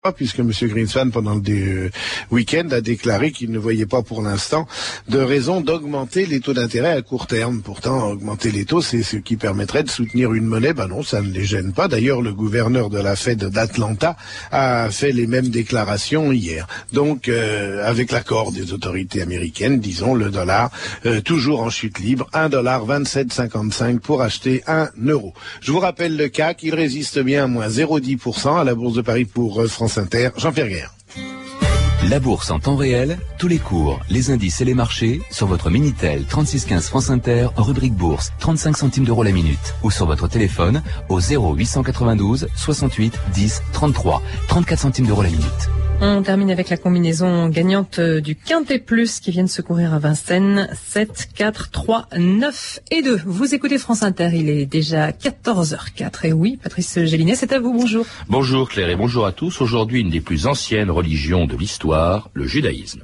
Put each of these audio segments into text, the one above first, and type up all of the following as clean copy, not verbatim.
puisque M. Greenspan, pendant le week-end, a déclaré qu'il ne voyait pas pour l'instant de raison d'augmenter les taux d'intérêt à court terme. Pourtant, augmenter les taux, c'est ce qui permettrait de soutenir une monnaie. Ben non, ça ne les gêne pas. D'ailleurs, le gouverneur de la Fed d'Atlanta a fait les mêmes déclarations hier. Donc, avec l'accord des autorités américaines, disons, le dollar, toujours en chute libre, $1,2755 pour acheter 1 euro. Je vous rappelle le CAC, il résiste bien à moins 0,10% à la Bourse de Paris pour France Inter, Jean-Pierre Guerre. La bourse en temps réel, tous les cours, les indices et les marchés sur votre Minitel 3615 France Inter, rubrique bourse, 35 centimes d'euros la minute, ou sur votre téléphone au 0892 68 10 33, 34 centimes d'euros la minute. On termine avec la combinaison gagnante du Quintet Plus qui vient de se courir à Vincennes. 7, 4, 3, 9 et 2. Vous écoutez France Inter, il est déjà 14h04. Et oui, Patrice Gélinet, c'est à vous, bonjour. Bonjour Claire et bonjour à tous. Aujourd'hui, une des plus anciennes religions de l'histoire, le judaïsme.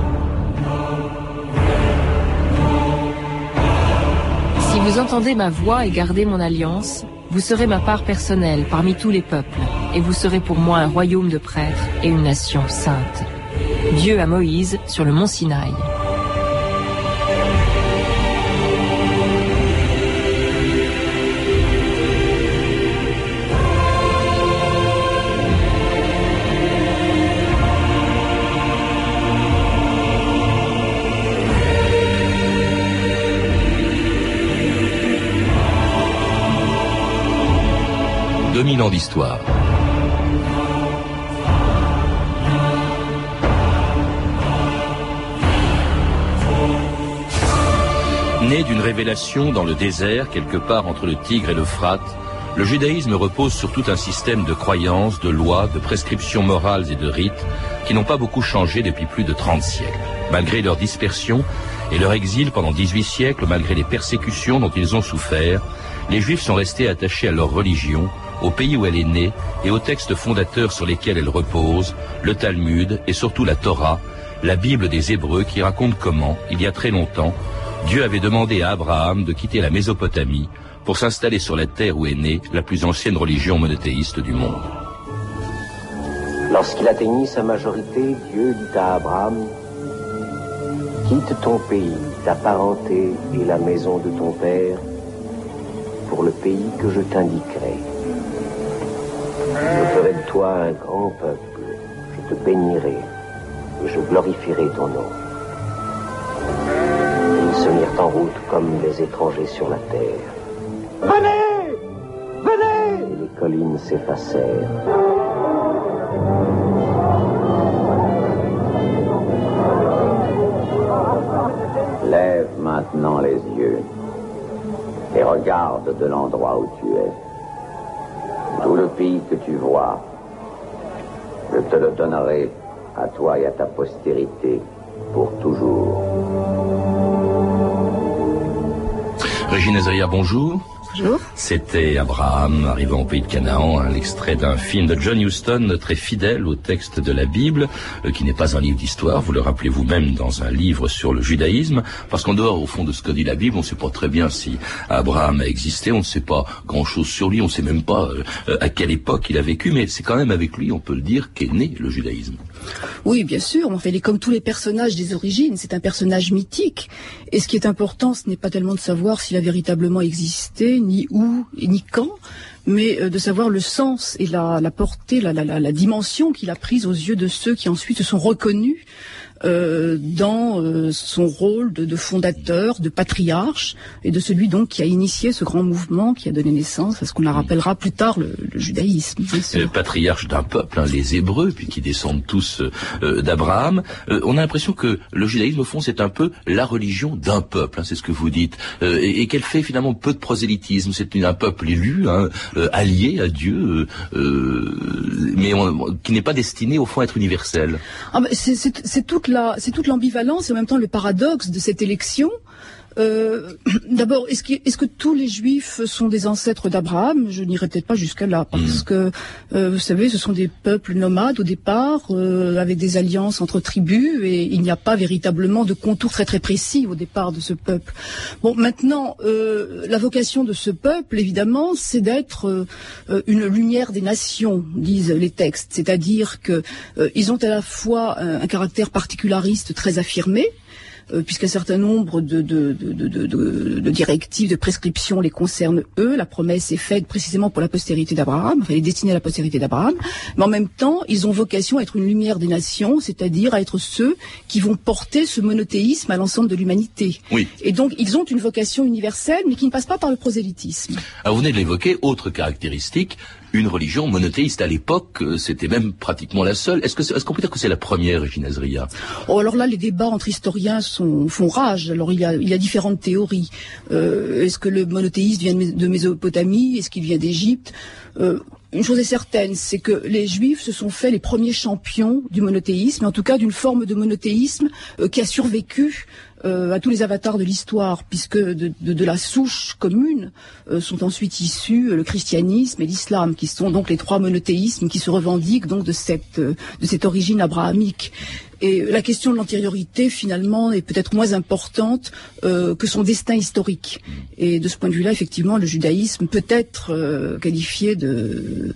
Si vous entendez ma voix et gardez mon alliance, vous serez ma part personnelle parmi tous les peuples, et vous serez pour moi un royaume de prêtres et une nation sainte. Dieu à Moïse sur le mont Sinaï. Dominant d'histoire. Né d'une révélation dans le désert, quelque part entre le Tigre et l'Euphrate, le judaïsme repose sur tout un système de croyances, de lois, de prescriptions morales et de rites qui n'ont pas beaucoup changé depuis plus de 30 siècles. Malgré leur dispersion et leur exil pendant 18 siècles, malgré les persécutions dont ils ont souffert, les Juifs sont restés attachés à leur religion, au pays où elle est née et aux textes fondateurs sur lesquels elle repose, le Talmud et surtout la Torah, la Bible des Hébreux qui raconte comment, il y a très longtemps, Dieu avait demandé à Abraham de quitter la Mésopotamie pour s'installer sur la terre où est née la plus ancienne religion monothéiste du monde. Lorsqu'il atteignit sa majorité, Dieu dit à Abraham, « Quitte ton pays, ta parenté et la maison de ton père pour le pays que je t'indiquerai. Je ferai de toi un grand peuple, je te bénirai et je glorifierai ton nom. » Ils se mirent en route comme des étrangers sur la terre. Venez! Venez! Et les collines s'effacèrent. Lève maintenant les yeux et regarde de l'endroit où tu es. Tout le pays que tu vois, je te le donnerai à toi et à ta postérité pour toujours. Régine Azaria, bonjour. Bonjour. C'était Abraham arrivant au pays de Canaan, l'extrait d'un film de John Huston très fidèle au texte de la Bible, qui n'est pas un livre d'histoire, vous le rappelez vous-même dans un livre sur le judaïsme, parce qu'en dehors au fond de ce que dit la Bible, on ne sait pas très bien si Abraham a existé, on ne sait pas grand-chose sur lui, on ne sait même pas à quelle époque il a vécu, mais c'est quand même avec lui, on peut le dire, qu'est né le judaïsme. Oui, bien sûr, il est comme tous les personnages des origines, c'est un personnage mythique, et ce qui est important, ce n'est pas tellement de savoir s'il a véritablement existé, ni où, ni quand, mais de savoir le sens et la portée, la dimension qu'il a prise aux yeux de ceux qui ensuite se sont reconnus dans son rôle de fondateur, de patriarche, et de celui donc qui a initié ce grand mouvement qui a donné naissance à ce qu'on rappellera plus tard le judaïsme. Patriarche d'un peuple, les Hébreux, puis qui descendent tous d'Abraham. On a l'impression que le judaïsme, au fond, c'est un peu la religion d'un peuple, c'est ce que vous dites, et qu'elle fait finalement peu de prosélytisme. C'est un peuple élu, allié à Dieu, mais qui n'est pas destiné au fond à être universel. C'est toute l'ambivalence et en même temps le paradoxe de cette élection. D'abord, est-ce que tous les Juifs sont des ancêtres d'Abraham? Je n'irai peut-être pas jusqu'à là, parce que, vous savez, ce sont des peuples nomades au départ, avec des alliances entre tribus, et il n'y a pas véritablement de contour très très précis au départ de ce peuple. Bon, maintenant, la vocation de ce peuple, évidemment, c'est d'être une lumière des nations, disent les textes, c'est-à-dire que ils ont à la fois un caractère particulariste très affirmé, puisqu'un certain nombre de directives, de prescriptions les concernent eux. La promesse est faite précisément pour la postérité d'Abraham, enfin elle est destinée à la postérité d'Abraham, mais en même temps, ils ont vocation à être une lumière des nations, c'est-à-dire à être ceux qui vont porter ce monothéisme à l'ensemble de l'humanité. Oui. Et donc, ils ont une vocation universelle, mais qui ne passe pas par le prosélytisme. Alors vous venez de l'évoquer, autre caractéristique, une religion monothéiste. À l'époque, c'était même pratiquement la seule. Est-ce qu'on peut dire que c'est la première, Régine Azria? Oh, alors là, les débats entre historiens font rage. Alors il y a différentes théories. Est-ce que le monothéisme vient de Mésopotamie? Est-ce qu'il vient d'Égypte? Une chose est certaine, c'est que les Juifs se sont fait les premiers champions du monothéisme, en tout cas d'une forme de monothéisme qui a survécu à tous les avatars de l'histoire, puisque de la souche commune sont ensuite issus le christianisme et l'islam, qui sont donc les trois monothéismes qui se revendiquent donc de cette origine abrahamique. Et la question de l'antériorité, finalement, est peut-être moins importante que son destin historique. Et de ce point de vue-là, effectivement, le judaïsme peut être qualifié de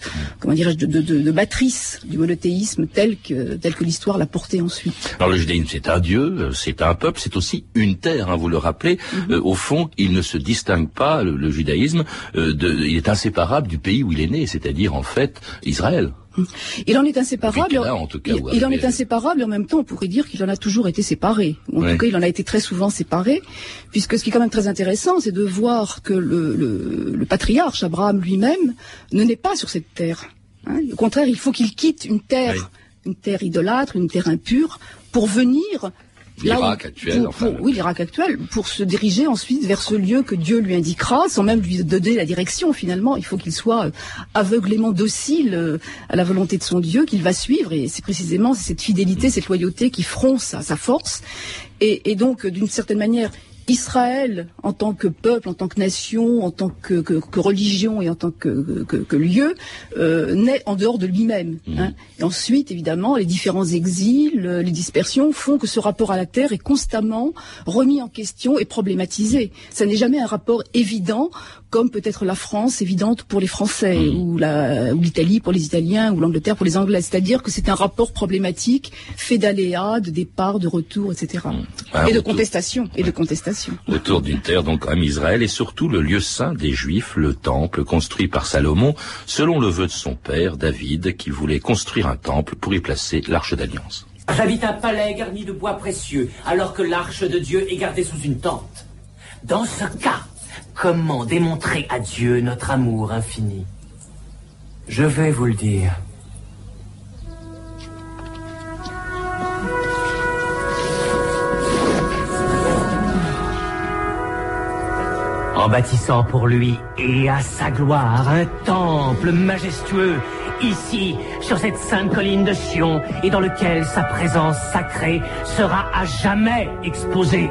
matrice du monothéisme tel que l'histoire l'a porté ensuite. Alors le judaïsme, c'est un dieu, c'est un peuple, c'est aussi une terre, hein, vous le rappelez. Au fond, il ne se distingue pas, le judaïsme, il est inséparable du pays où il est né, c'est-à-dire, en fait, Israël. Il en est inséparable. Il en est inséparable et en même temps on pourrait dire qu'il en a toujours été séparé. En tout cas, il en a été très souvent séparé, puisque ce qui est quand même très intéressant, c'est de voir que le patriarche Abraham lui-même ne naît pas sur cette terre. Hein. Au contraire, il faut qu'il quitte une terre idolâtre, une terre impure, pour venir l'Irak actuel, l'Irak actuel, pour se diriger ensuite vers ce lieu que Dieu lui indiquera, sans même lui donner la direction finalement. Il faut qu'il soit aveuglément docile à la volonté de son Dieu qu'il va suivre, et c'est précisément cette fidélité, cette loyauté qui feront sa force. Et donc, d'une certaine manière, Israël, en tant que peuple, en tant que nation, en tant que religion et en tant que lieu, naît en dehors de lui-même. Hein. Et ensuite, évidemment, les différents exils, les dispersions font que ce rapport à la terre est constamment remis en question et problématisé. Ça n'est jamais un rapport évident, comme peut-être la France évidente pour les Français, ou l'Italie pour les Italiens, ou l'Angleterre pour les Anglais. C'est-à-dire que c'est un rapport problématique, fait d'aléas, de départ, de retour, etc. Et de contestation. Autour d'une terre, donc, comme Israël, et surtout le lieu saint des Juifs, le temple, construit par Salomon, selon le vœu de son père, David, qui voulait construire un temple pour y placer l'arche d'alliance. J'habite un palais garni de bois précieux, alors que l'arche de Dieu est gardée sous une tente. Dans ce cas, comment démontrer à Dieu notre amour infini? Je vais vous le dire. En bâtissant pour lui et à sa gloire un temple majestueux, ici, sur cette sainte colline de Sion, et dans lequel sa présence sacrée sera à jamais exposée.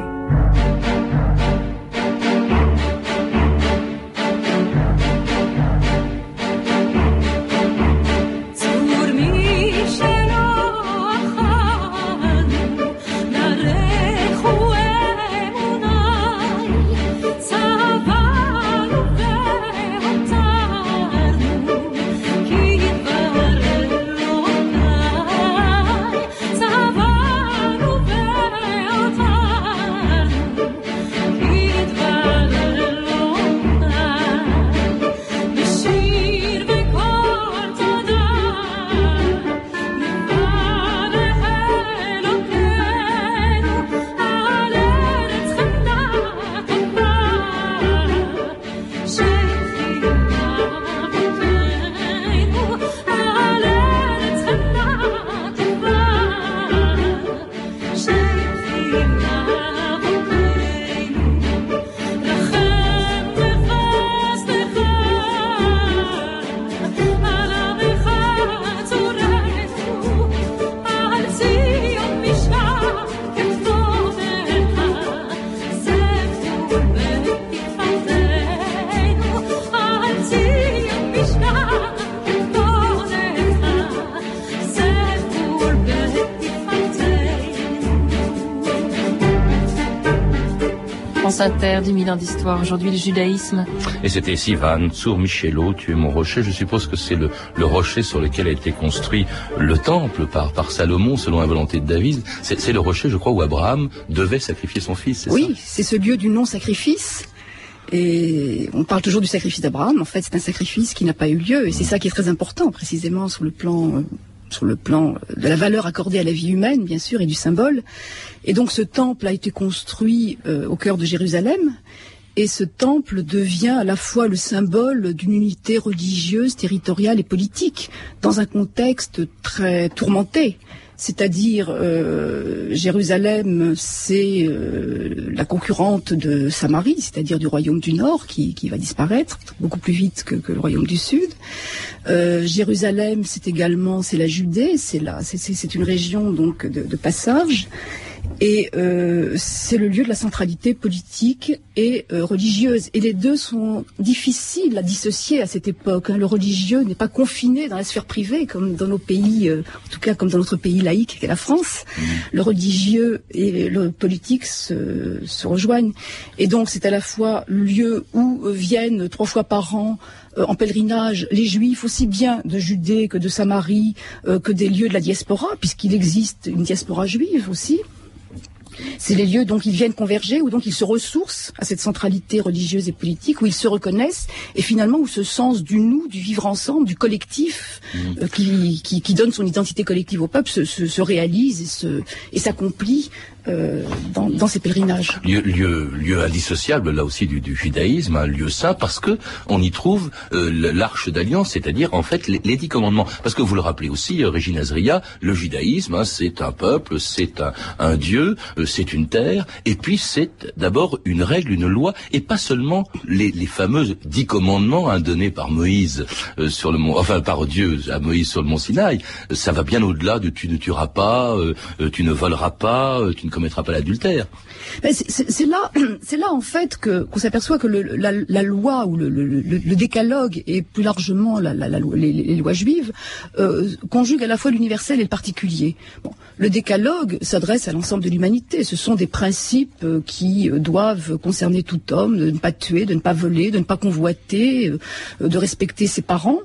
France Inter, 10 000 ans d'histoire. Aujourd'hui, le judaïsme. Et c'était Sivan, Tsur Michelot, tu es mon rocher. Je suppose que c'est le rocher sur lequel a été construit le temple par Salomon, selon la volonté de David. C'est le rocher, je crois, où Abraham devait sacrifier son fils, c'est ça ? Oui, c'est ce lieu du non-sacrifice. Et on parle toujours du sacrifice d'Abraham. En fait, c'est un sacrifice qui n'a pas eu lieu. Et c'est ça qui est très important, précisément, sur le plan de la valeur accordée à la vie humaine, bien sûr, et du symbole. Et donc ce temple a été construit au cœur de Jérusalem, et ce temple devient à la fois le symbole d'une unité religieuse, territoriale et politique, dans un contexte très tourmenté. C'est-à-dire, Jérusalem, c'est la concurrente de Samarie, c'est-à-dire du royaume du Nord, qui va disparaître beaucoup plus vite que le royaume du Sud. Jérusalem, c'est la Judée, c'est une région donc de passage. Et c'est le lieu de la centralité politique et religieuse. Et les deux sont difficiles à dissocier à cette époque. Le religieux n'est pas confiné dans la sphère privée, comme dans nos pays, en tout cas comme dans notre pays laïque qu'est la France. Le religieux et le politique se rejoignent. Et donc c'est à la fois le lieu où viennent 3 fois par an en pèlerinage les Juifs, aussi bien de Judée que de Samarie, que des lieux de la diaspora, puisqu'il existe une diaspora juive aussi. C'est les lieux donc ils viennent converger, où donc ils se ressourcent à cette centralité religieuse et politique, où ils se reconnaissent, et finalement où ce sens du nous, du vivre ensemble, du collectif, qui donne son identité collective au peuple, se réalise et s'accomplit dans ces pèlerinages. Lieu indissociable là aussi du judaïsme, un lieu saint, parce que on y trouve l'arche d'alliance, c'est-à-dire en fait les 10 commandements. Parce que vous le rappelez aussi, Régine Azria, le judaïsme, c'est un peuple, c'est un Dieu, c'est une terre, et puis c'est d'abord une règle, une loi, et pas seulement les fameux 10 commandements donnés par Moïse sur le mont, enfin par Dieu à Moïse sur le mont Sinaï. Ça va bien au-delà de tu ne tueras pas, tu ne voleras pas, tu ne commettra pas l'adultère. C'est là en fait qu'on s'aperçoit que la loi ou le décalogue et plus largement les lois juives conjuguent à la fois l'universel et le particulier. Bon, le décalogue s'adresse à l'ensemble de l'humanité. Ce sont des principes qui doivent concerner tout homme, de ne pas tuer, de ne pas voler, de ne pas convoiter, de respecter ses parents.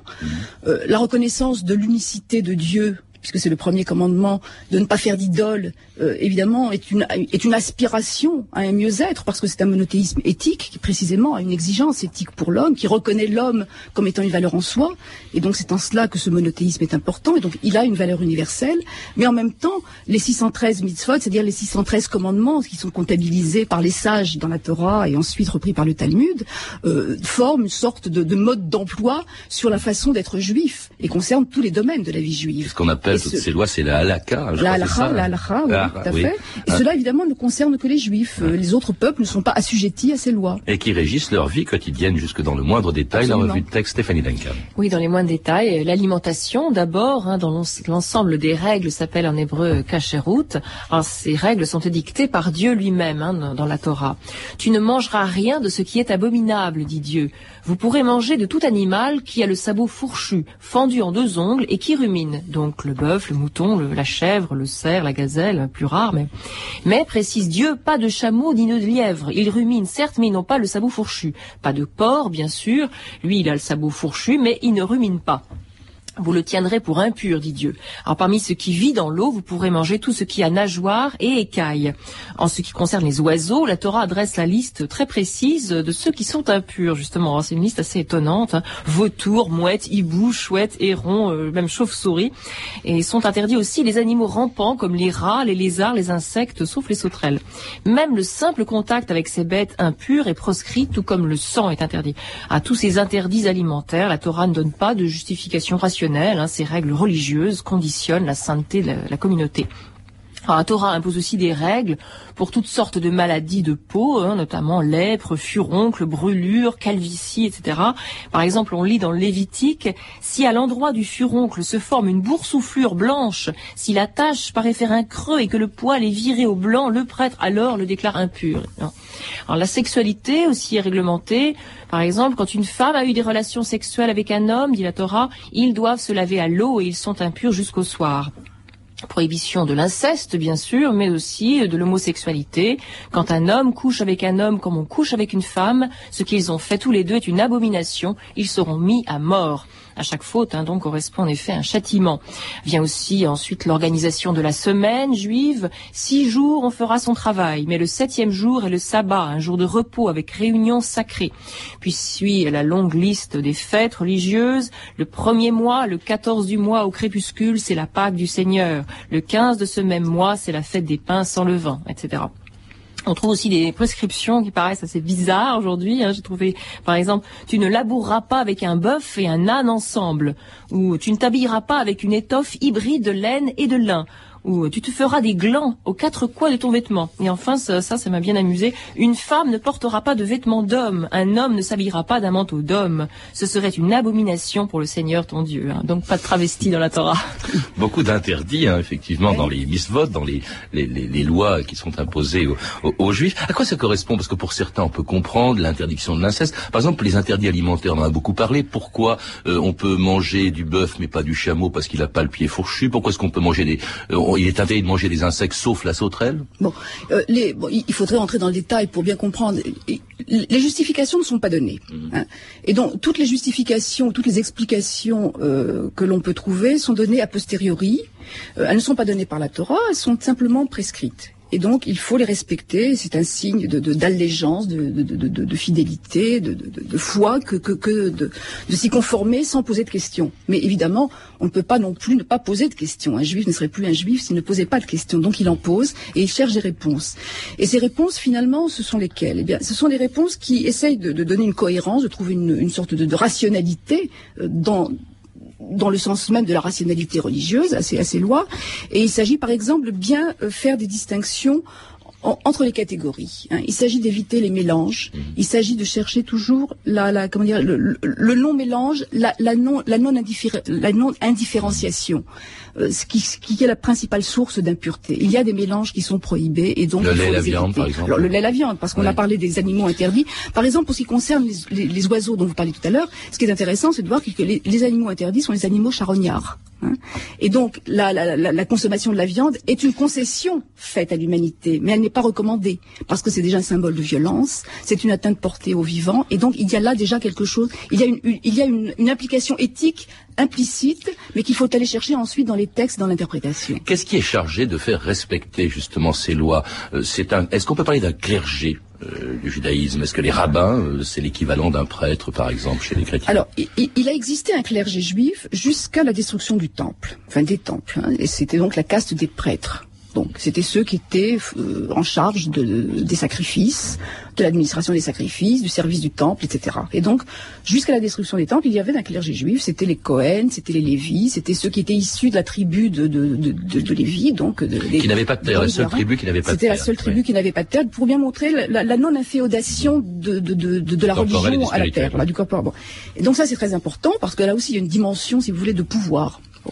La reconnaissance de l'unicité de Dieu, puisque c'est le premier commandement, de ne pas faire d'idole, évidemment, est une aspiration à un mieux-être, parce que c'est un monothéisme éthique, qui précisément a une exigence éthique pour l'homme, qui reconnaît l'homme comme étant une valeur en soi, et donc c'est en cela que ce monothéisme est important, et donc il a une valeur universelle, mais en même temps, les 613 mitzvot, c'est-à-dire les 613 commandements, qui sont comptabilisés par les sages dans la Torah, et ensuite repris par le Talmud, forment une sorte de mode d'emploi sur la façon d'être juif, et concernent tous les domaines de la vie juive. Ce qu'on appelle toutes ces lois, c'est la halakha. La halakha, oui, tout à fait. Et cela, évidemment, ne concerne que les Juifs. Les autres peuples ne sont pas assujettis à ces lois. Et qui régissent leur vie quotidienne jusque dans le moindre détail. Absolument. La revue de texte, Stéphanie Duncan. Oui, dans les moindres détails. L'alimentation, d'abord, dans l'ensemble des règles s'appelle en hébreu kasherut. Alors, ces règles sont édictées par Dieu lui-même dans la Torah. Tu ne mangeras rien de ce qui est abominable, dit Dieu. Vous pourrez manger de tout animal qui a le sabot fourchu, fendu en 2 ongles et qui rumine. Donc le bœuf, le mouton, la chèvre, le cerf, la gazelle, plus rare, mais précise Dieu, pas de chameau ni de lièvre. Ils ruminent, certes, mais ils n'ont pas le sabot fourchu. Pas de porc, bien sûr. Lui, il a le sabot fourchu, mais il ne rumine pas. Vous le tiendrez pour impur, dit Dieu. Alors parmi ce qui vit dans l'eau, vous pourrez manger tout ce qui a nageoires et écailles. En ce qui concerne les oiseaux, la Torah adresse la liste très précise de ceux qui sont impurs, justement. C'est une liste assez étonnante. Vautours, mouettes, hiboux, chouettes, hérons, même chauves-souris. Et sont interdits aussi les animaux rampants comme les rats, les lézards, les insectes, sauf les sauterelles. Même le simple contact avec ces bêtes impures est proscrit, tout comme le sang est interdit. À tous ces interdits alimentaires, la Torah ne donne pas de justification rationnelle. Ces règles religieuses conditionnent la sainteté de la communauté. Alors, la Torah impose aussi des règles pour toutes sortes de maladies de peau, notamment lèpre, furoncle, brûlure, calvitie, etc. Par exemple, on lit dans le Lévitique, si à l'endroit du furoncle se forme une boursouflure blanche, si la tache paraît faire un creux et que le poil est viré au blanc, le prêtre alors le déclare impur. Alors, la sexualité aussi est réglementée. Par exemple, quand une femme a eu des relations sexuelles avec un homme, dit la Torah, ils doivent se laver à l'eau et ils sont impurs jusqu'au soir. Prohibition de l'inceste, bien sûr, mais aussi de l'homosexualité. Quand un homme couche avec un homme comme on couche avec une femme, ce qu'ils ont fait tous les deux est une abomination. Ils seront mis à mort. À chaque faute, donc, correspond en effet un châtiment. Vient aussi ensuite l'organisation de la semaine juive. 6 jours, on fera son travail, mais le 7e jour est le sabbat, un jour de repos avec réunion sacrée. Puis suit la longue liste des fêtes religieuses. Le 1er mois, le 14 du mois au crépuscule, c'est la Pâque du Seigneur. Le 15 de ce même mois, c'est la fête des pains sans levain, etc. On trouve aussi des prescriptions qui paraissent assez bizarres aujourd'hui. J'ai trouvé, par exemple, tu ne laboureras pas avec un bœuf et un âne ensemble, ou tu ne t'habilleras pas avec une étoffe hybride de laine et de lin, ou tu te feras des glands aux 4 coins de ton vêtement. Et enfin, ça m'a bien amusé. Une femme ne portera pas de vêtements d'homme. Un homme ne s'habillera pas d'un manteau d'homme. Ce serait une abomination pour le Seigneur ton Dieu. Donc pas de travesti dans la Torah. Beaucoup d'interdits, effectivement, dans les mitzvot, dans les lois qui sont imposées aux Juifs. À quoi ça correspond? Parce que pour certains, on peut comprendre l'interdiction de l'inceste. Par exemple, les interdits alimentaires, on en a beaucoup parlé. Pourquoi on peut manger du bœuf mais pas du chameau parce qu'il n'a pas le pied fourchu? Pourquoi est-ce qu'on peut manger il est interdit de manger des insectes sauf la sauterelle? Il faudrait entrer dans le détail pour bien comprendre. Les justifications ne sont pas données. Et donc, toutes les justifications, toutes les explications que l'on peut trouver sont données a posteriori. Elles ne sont pas données par la Torah, elles sont simplement prescrites. Et donc, il faut les respecter. C'est un signe d'allégeance, de fidélité, de foi, de s'y conformer sans poser de questions. Mais évidemment, on ne peut pas non plus ne pas poser de questions. Un juif ne serait plus un juif s'il ne posait pas de questions. Donc, il en pose et il cherche des réponses. Et ces réponses, finalement, ce sont lesquelles? Eh bien, ce sont des réponses qui essayent de donner une cohérence, de trouver une sorte de rationalité dans le sens même de la rationalité religieuse, à ces lois. Et il s'agit par exemple de bien faire des distinctions entre les catégories. Il s'agit d'éviter les mélanges. Il s'agit de chercher toujours le non-mélange, la non-indifférenciation, ce qui est la principale source d'impureté. Il y a des mélanges qui sont prohibés et donc le lait et la viande, par exemple. Alors, le lait et la viande, parce qu'on a parlé des animaux interdits. Par exemple, pour ce qui concerne les oiseaux dont vous parliez tout à l'heure, ce qui est intéressant, c'est de voir que les animaux interdits sont les animaux charognards. Et donc, la consommation de la viande est une concession faite à l'humanité, mais elle n'est pas recommandée, parce que c'est déjà un symbole de violence, c'est une atteinte portée aux vivants, et donc il y a là déjà quelque chose, il y a une implication éthique implicite, mais qu'il faut aller chercher ensuite dans les textes, dans l'interprétation. Qu'est-ce qui est chargé de faire respecter justement ces lois? Est-ce qu'on peut parler d'un clergé du judaïsme? Est-ce que les rabbins, c'est l'équivalent d'un prêtre, par exemple, chez les chrétiens? Alors, il a existé un clergé juif jusqu'à la destruction du temple, des temples, et c'était donc la caste des prêtres. Donc, c'était ceux qui étaient en charge des sacrifices, de l'administration des sacrifices, du service du temple, etc. Et donc, jusqu'à la destruction des temples, il y avait un clergé juif, c'était les Cohen, c'était les Lévis, c'était ceux qui étaient issus de la tribu de Lévi, donc qui n'avaient pas de terre, la seule tribu qui n'avait pas de terre. C'était la seule tribu qui n'avait pas de terre, pour bien montrer la non-inféodation de la religion à la terre, du corporel. Bon. Et donc ça, c'est très important, parce que là aussi, il y a une dimension, si vous voulez, de pouvoir. Bon.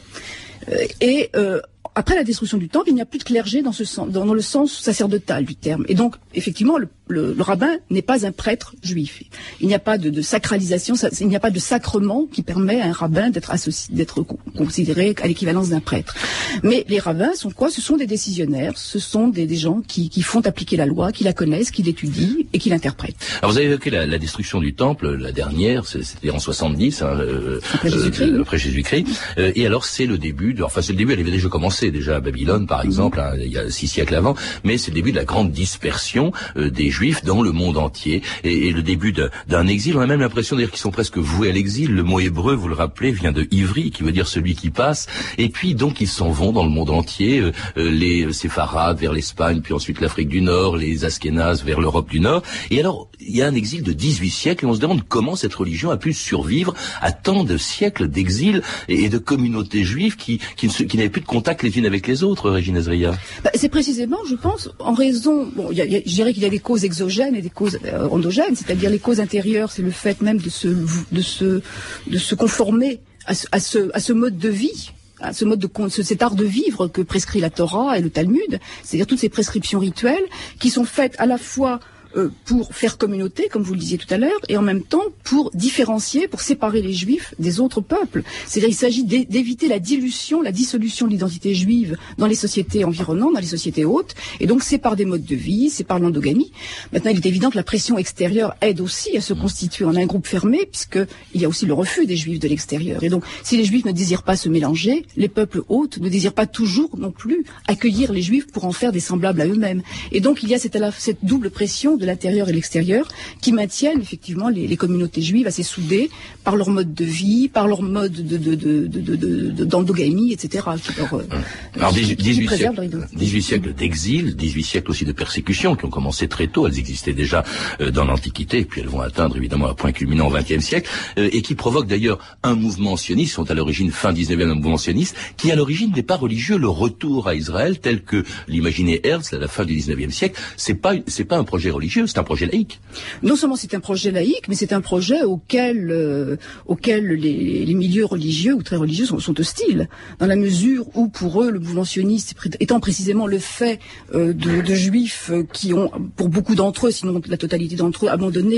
Après la destruction du temple, il n'y a plus de clergé dans le sens sacerdotal du terme. Et donc, effectivement, le rabbin n'est pas un prêtre juif. Il n'y a pas de sacralisation, il n'y a pas de sacrement qui permet à un rabbin d'être considéré à l'équivalence d'un prêtre. Mais les rabbins sont quoi? Ce sont des décisionnaires, ce sont des gens qui font appliquer la loi, qui la connaissent, qui l'étudient et qui l'interprètent. Alors vous avez évoqué la destruction du temple, la dernière, c'était en 70, après Jésus-Christ. Et alors c'est le début, c'est le début, elle avait déjà commencé déjà à Babylone par exemple, il y a 6 siècles avant, mais c'est le début de la grande dispersion des Juifs dans le monde entier et le début d'un exil. On a même l'impression d'ailleurs qu'ils sont presque voués à l'exil. Le mot hébreu, vous le rappelez, vient de ivri, qui veut dire celui qui passe. Et puis donc ils s'en vont dans le monde entier, les séfarades vers l'Espagne, puis ensuite l'Afrique du Nord, les Askénazes vers l'Europe du Nord. Et alors il y a un exil de 18 siècles et on se demande comment cette religion a pu survivre à tant de siècles d'exil et de communautés juives qui n'avaient plus de contact les unes avec les autres, Régine Azria. C'est précisément, je pense, en raison, je dirais qu'il y a des causes exogènes et des causes endogènes, c'est-à-dire les causes intérieures, c'est le fait même de se conformer à ce mode de vie, à cet art de vivre que prescrit la Torah et le Talmud, c'est-à-dire toutes ces prescriptions rituelles qui sont faites à la fois pour faire communauté, comme vous le disiez tout à l'heure, et en même temps pour différencier, pour séparer les Juifs des autres peuples. C'est-à-dire il s'agit d'éviter la dissolution de l'identité juive dans les sociétés environnantes, dans les sociétés hautes, et donc c'est par des modes de vie, c'est par l'endogamie. Maintenant, il est évident que la pression extérieure aide aussi à se constituer en un groupe fermé, puisqu'il y a aussi le refus des Juifs de l'extérieur. Et donc, si les Juifs ne désirent pas se mélanger, les peuples hôtes ne désirent pas toujours non plus accueillir les Juifs pour en faire des semblables à eux-mêmes. Et donc, il y a cette double pression de l'intérieur et de l'extérieur qui maintiennent effectivement les communautés juives assez soudées par leur mode de vie, par leur mode d'endogamie, etc. Alors 18 siècles d'exil, 18 siècles aussi de persécutions qui ont commencé très tôt, elles existaient déjà dans l'Antiquité, et puis elles vont atteindre évidemment un point culminant au XXe siècle, et qui provoquent d'ailleurs un mouvement sioniste, sont à l'origine fin 19e, un mouvement sioniste, qui à l'origine n'est pas religieux, le retour à Israël tel que l'imaginait Herzl à la fin du 19e siècle, c'est pas un projet religieux, c'est un projet laïque. Non seulement c'est un projet laïque, mais c'est un projet auquel les milieux religieux ou très religieux sont hostiles, dans la mesure où pour eux le mouvement sioniste étant précisément le fait de juifs qui ont, pour beaucoup d'entre eux, sinon la totalité d'entre eux, abandonné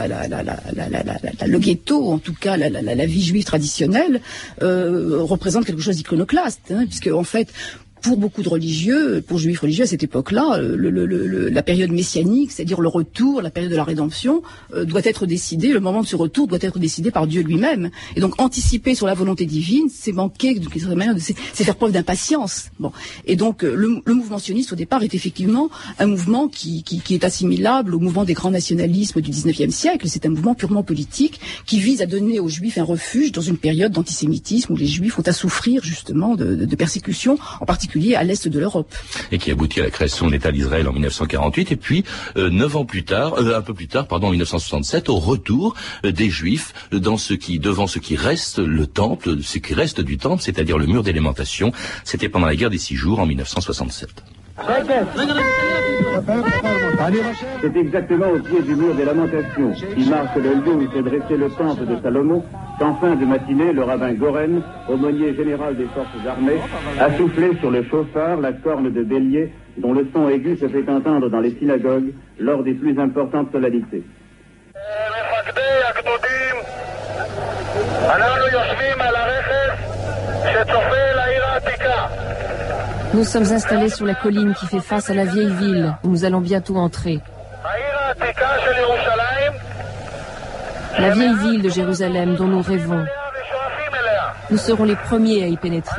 le ghetto, en tout cas la vie juive traditionnelle, représente quelque chose d'iconoclaste, puisque en fait pour beaucoup de religieux, pour juifs religieux à cette époque-là, la période messianique, c'est-à-dire le retour, la période de la rédemption, doit être décidée, le moment de ce retour doit être décidé par Dieu lui-même. Et donc anticiper sur la volonté divine, c'est manquer de quelque manière, c'est faire preuve d'impatience. Bon. Et donc le mouvement sioniste au départ est effectivement un mouvement qui est assimilable au mouvement des grands nationalismes du 19e siècle. C'est un mouvement purement politique qui vise à donner aux juifs un refuge dans une période d'antisémitisme où les juifs ont à souffrir justement de persécutions, en particulier à l'est de l'Europe. Et qui aboutit à la création de l'État d'Israël en 1948, et puis 9 ans plus tard, un peu plus tard, en 1967, au retour des Juifs devant ce qui reste le temple, ce qui reste du temple, c'est-à-dire le mur d'élémentation. C'était pendant la guerre des 6 jours en 1967. C'est exactement au pied du mur des lamentations, qui marque le lieu où s'est dressé le temple de Salomon, qu'en fin de matinée, le rabbin Goren, aumônier général des forces armées, a soufflé sur le chauffard la corne de bélier dont le son aigu se fait entendre dans les synagogues lors des plus importantes solennités. Nous sommes installés sur la colline qui fait face à la vieille ville où nous allons bientôt entrer. La vieille ville de Jérusalem dont nous rêvons. Nous serons les premiers à y pénétrer.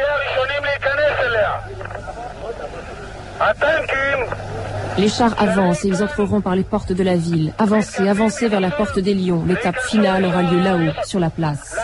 Les chars avancent et ils entreront par les portes de la ville. Avancez, avancez vers la porte des Lions. L'étape finale aura lieu là-haut, sur la place.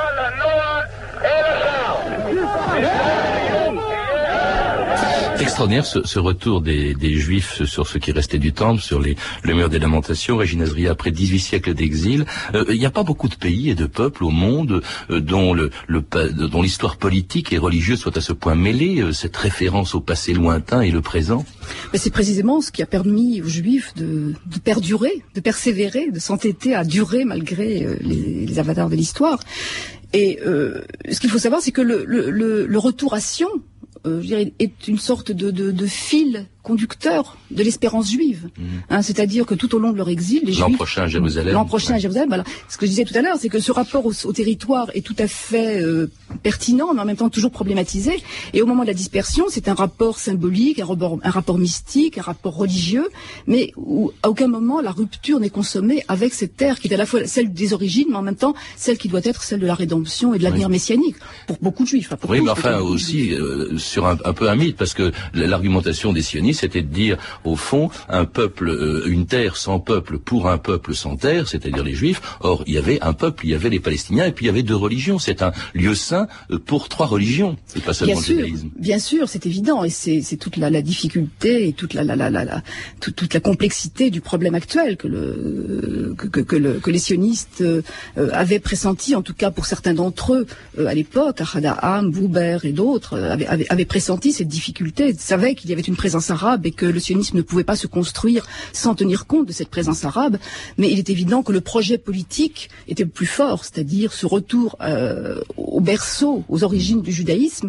Extraordinaire ce retour des Juifs sur ce qui restait du temple, sur le mur des lamentations. Régine Azria, après 18 siècles d'exil, il n'y a pas beaucoup de pays et de peuples au monde dont l'histoire politique et religieuse soit à ce point mêlée, cette référence au passé lointain et le présent. Mais c'est précisément ce qui a permis aux Juifs de perdurer, de persévérer, de s'entêter à durer malgré les avatars de l'histoire. Et ce qu'il faut savoir, c'est que le retour à Sion, je dirais, est une sorte de fil conducteur de l'espérance juive. C'est-à-dire que tout au long de leur exil, les Juifs... L'an prochain à Jérusalem, voilà. Ce que je disais tout à l'heure, c'est que ce rapport au territoire est tout à fait pertinent, mais en même temps toujours problématisé. Et au moment de la dispersion, c'est un rapport symbolique, un rapport mystique, un rapport religieux, mais où à aucun moment la rupture n'est consommée avec cette terre qui est à la fois celle des origines, mais en même temps celle qui doit être celle de la rédemption et de l'avenir messianique, pour beaucoup de Juifs. Oui, mais enfin aussi sur un peu un mythe, parce que l'argumentation des sionistes, c'était de dire, au fond, un peuple, une terre sans peuple pour un peuple sans terre, c'est-à-dire les Juifs. Or, il y avait un peuple, il y avait les Palestiniens, et puis il y avait 2 religions. C'est un lieu saint pour 3 religions, et pas seulement le judaïsme. Bien sûr, c'est évident, et c'est toute la difficulté et toute la complexité du problème actuel que les sionistes avaient pressenti, en tout cas pour certains d'entre eux à l'époque, Ahad Buber et d'autres avaient pressenti cette difficulté, savaient qu'il y avait une présence arabe et que le sionisme ne pouvait pas se construire sans tenir compte de cette présence arabe, mais il est évident que le projet politique était le plus fort, c'est-à-dire ce retour au berceau, aux origines du judaïsme,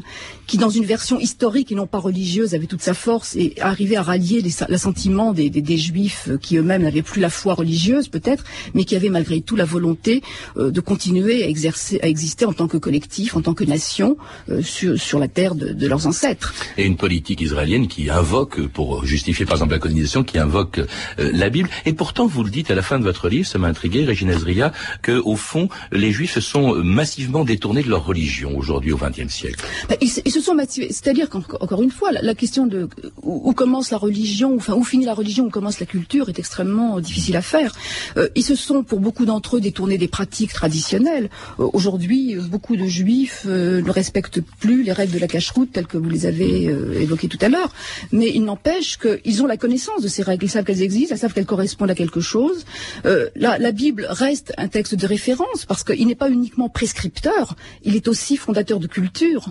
qui dans une version historique et non pas religieuse avait toute sa force et arrivait à rallier l'assentiment des Juifs qui eux-mêmes n'avaient plus la foi religieuse peut-être, mais qui avaient malgré tout la volonté de continuer à exister en tant que collectif, en tant que nation sur la terre de leurs ancêtres. Et une politique israélienne qui invoque, pour justifier par exemple la colonisation, qui invoque la Bible. Et pourtant, vous le dites à la fin de votre livre, ça m'a intrigué, Régine Azria, que au fond, les Juifs se sont massivement détournés de leur religion aujourd'hui au XXe siècle. Ils se sont massivés, c'est-à-dire qu'encore une fois, la question de où commence la religion, enfin où finit la religion, où commence la culture, est extrêmement difficile à faire. Ils se sont, pour beaucoup d'entre eux, détournés des pratiques traditionnelles. Aujourd'hui, beaucoup de Juifs ne respectent plus les règles de la cacheroute telles que vous les avez évoquées tout à l'heure, mais il n'empêche qu'ils ont la connaissance de ces règles, ils savent qu'elles existent, ils savent qu'elles correspondent à quelque chose. La Bible reste un texte de référence parce qu'il n'est pas uniquement prescripteur, il est aussi fondateur de culture.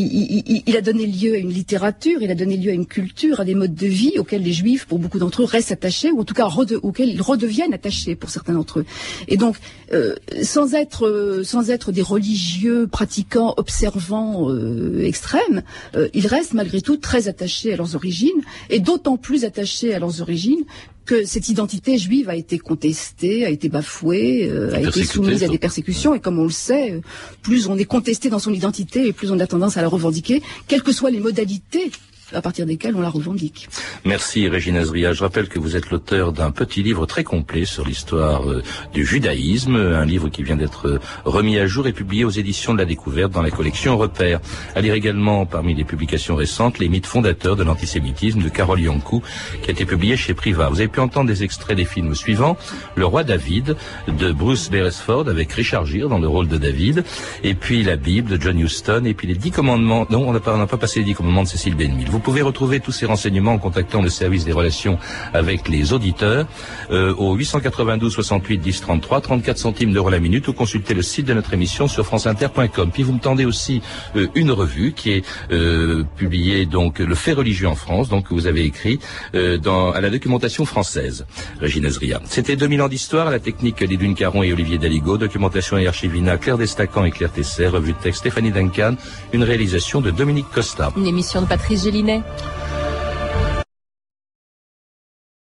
Il a donné lieu à une littérature, il a donné lieu à une culture, à des modes de vie auxquels les Juifs, pour beaucoup d'entre eux, restent attachés, ou en tout cas auxquels ils redeviennent attachés pour certains d'entre eux. Et donc, sans être des religieux pratiquants, observants extrêmes, ils restent malgré tout très attachés à leurs origines, et d'autant plus attachés à leurs origines que cette identité juive a été contestée, a été bafouée, a été soumise à des persécutions. Et comme on le sait, plus on est contesté dans son identité et plus on a tendance à la revendiquer, quelles que soient les modalités à partir desquelles on la revendique. Merci Régine Azria. Je rappelle que vous êtes l'auteur d'un petit livre très complet sur l'histoire du judaïsme, un livre qui vient d'être remis à jour et publié aux éditions de la Découverte dans la collection Repères. À lire également parmi les publications récentes Les mythes fondateurs de l'antisémitisme de Carole Yankou, qui a été publié chez Privat. Vous avez pu entendre des extraits des films suivants: Le Roi David de Bruce Beresford avec Richard Gere dans le rôle de David, et puis La Bible de John Huston, et puis les 10 commandements. Non, on n'a pas passé les 10 commandements de Cécile Benville. Vous pouvez retrouver tous ces renseignements en contactant le service des relations avec les auditeurs au 892 68 10 33, 34 centimes d'euros la minute, ou consulter le site de notre émission sur franceinter.com. Puis vous me tendez aussi une revue qui est publiée, donc le fait religieux en France, donc que vous avez écrit à la documentation française. Régine Azria. C'était 2000 ans d'histoire, à la technique Lidwin Caron et Olivier Daligo, documentation et archivina Claire Destacan et Claire Tesser, revue de texte Stéphanie Duncan, une réalisation de Dominique Costa. Une émission de Patrice Gélinet.